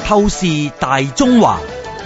透視大中華。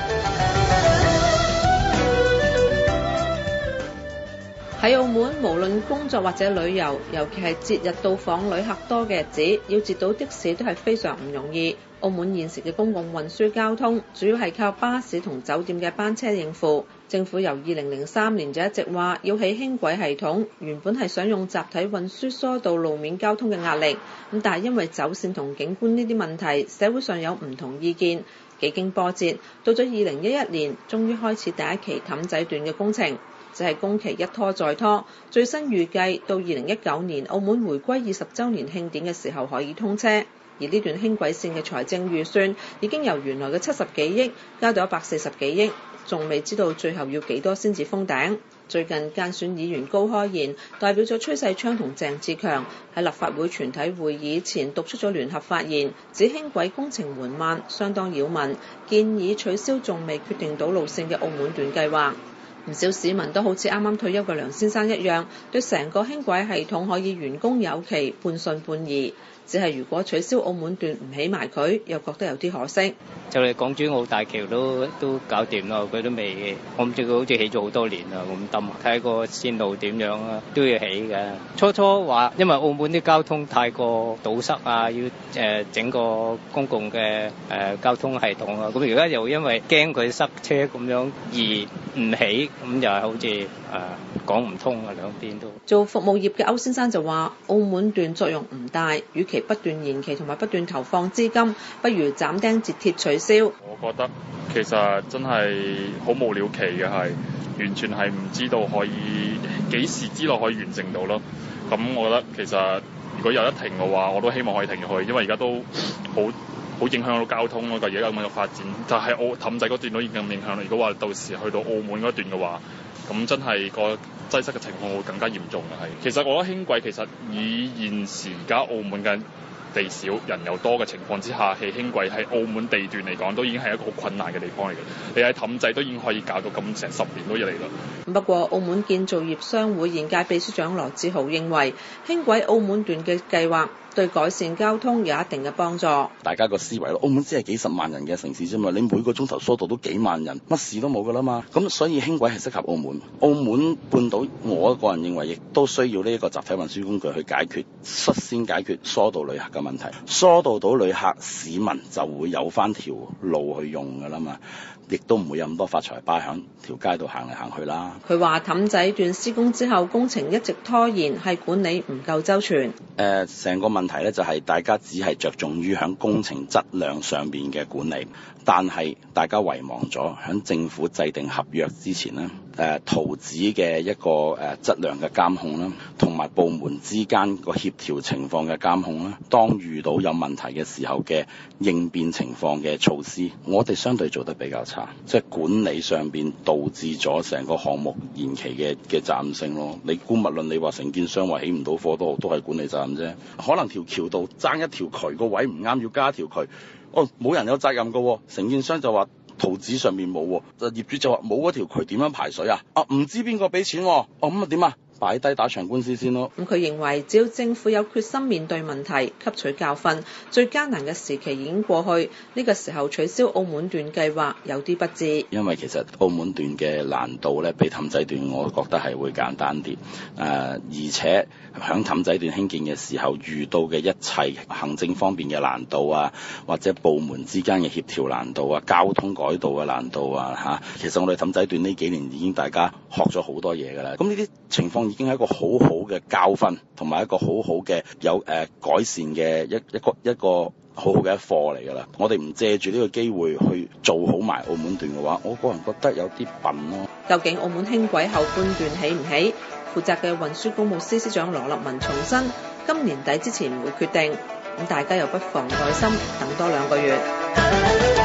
喺澳門，無論工作或者旅遊，尤其係節日到訪旅客多嘅日子，要截到的士都係非常唔容易。澳門現時嘅公共運輸交通主要係靠巴士同酒店嘅班車應付。政府由2003年就一直話要起輕軌系統，原本係想用集體運輸疏導路面交通嘅壓力，但係因為走線同景觀呢啲問題，社會上有唔同意見，幾經波折，到咗2011年，終於開始第一期氹仔段嘅工程。就係工期一拖再拖，最新預計到2019年澳門回歸20週年慶典嘅時候可以通車。而呢段輕軌線嘅財政預算已經由原來嘅70幾億加到140幾億，仲未知道最後要幾多先至封頂。最近間選議員高開賢代表咗崔世昌同鄭志強喺立法會全體會議前讀出咗聯合發言，指輕軌工程緩慢，相當擾民，建議取消仲未決定到路線嘅澳門段計劃。唔少市民都好似啱啱退休嘅梁先生一樣，對成個輕軌系統可以完工有期半信半疑。只係如果取消澳門段唔起埋佢，又覺得有啲可惜。 就嚟港珠澳大橋都搞掂咯，佢都未，我唔知佢好似起咗好多年啦，咁抌睇個線路點樣啊，都要起嘅。初話因為澳門啲交通太過堵塞啊，要整個公共嘅交通系統啊，咁而家又因為驚佢塞車咁樣而唔起，咁就係好似講唔通啊，兩邊都。 做服務業嘅歐先生就話：澳門段作用唔大，與其不斷延期同埋不斷投放資金，不如斬釘截鐵取消。 我覺得其實真係好無了期嘅，係完全係唔知道可以幾時之內可以完成到咯。咁我覺得其實如果有得停嘅話，我都希望可以停入去，因為而家都好影響到交通咯。而家咁樣嘅發展，就係氹仔嗰段都已經咁影響啦。如果話到時去到澳門嗰段嘅話，咁真係個擠塞嘅情況會更加嚴重嘅。係其實我覺得輕軌其實以現時而家澳門嘅地少人又多嘅情況之下，起輕軌喺澳門地段嚟講都已經係一個好困難嘅地方嚟嘅。你喺氹仔都已經可以搞到咁成10年都要嚟啦。 不過澳門建造業商會現屆秘書長羅志豪認為，輕軌澳門段嘅計劃對改善交通有一定嘅幫助。 大家個思維咯，澳門只係幾十萬人嘅城市啫嘛，你每個鐘頭疏導都幾萬人，乜事都冇噶啦嘛。咁所以輕軌係適合澳門。澳門半島，我個人認為亦都需要呢一個集體運輸工具去解決，率先解決疏導旅客嘅問題。疏導到旅客，市民就會有翻條路去用噶啦嘛，亦都唔會有咁多發財巴響條街度行嚟行去啦。 佢話氹仔段施工之後，工程一直拖延，係管理唔夠周全。 成個問題咧就係大家只係着重於響工程質量上邊嘅管理，但係大家遺忘咗響政府制定合約之前呢，圖紙嘅一個質量嘅監控啦，同埋部門之間個協調情況嘅監控啦，當遇到有問題嘅時候嘅應變情況嘅措施，我哋相對做得比較差，即係管理上邊導致咗成個項目延期嘅責任性咯。你姑勿論你話承建商話起唔到貨都係管理責任啫。可能條橋度爭一條渠個位唔啱，要加一條渠，冇人有責任㗎，承建商就話圖紙上面冇，業主就話冇嗰條渠點樣排水啊？唔知邊個俾錢，咁點啊？擺低打場官司先咯。 佢認為只要政府有決心面對問題，吸取教訓，最艱難嘅時期已經過去，呢個時候取消澳門段計劃有啲不智。因為其實澳門段嘅難度咧，比氹仔段我覺得係會簡單啲。而且響氹仔段興建嘅時候遇到嘅一切行政方面嘅難度啊，或者部門之間嘅協調難度啊，交通改道嘅難度啊，其實我哋氹仔段呢幾年已經大家學咗好多嘢㗎啦。咁呢啲情況已經係一個好好嘅教訓，同埋一個好好嘅有改善嘅一個好好嘅一課嚟㗎啦。我哋唔借住呢個機會去做好埋澳門段嘅話，我個人覺得有啲笨咯。 究竟澳門輕軌後半段起唔起？負責嘅運輸公務司司長羅立文重申，今年底之前會決定。咁大家又不妨耐心等多2個月。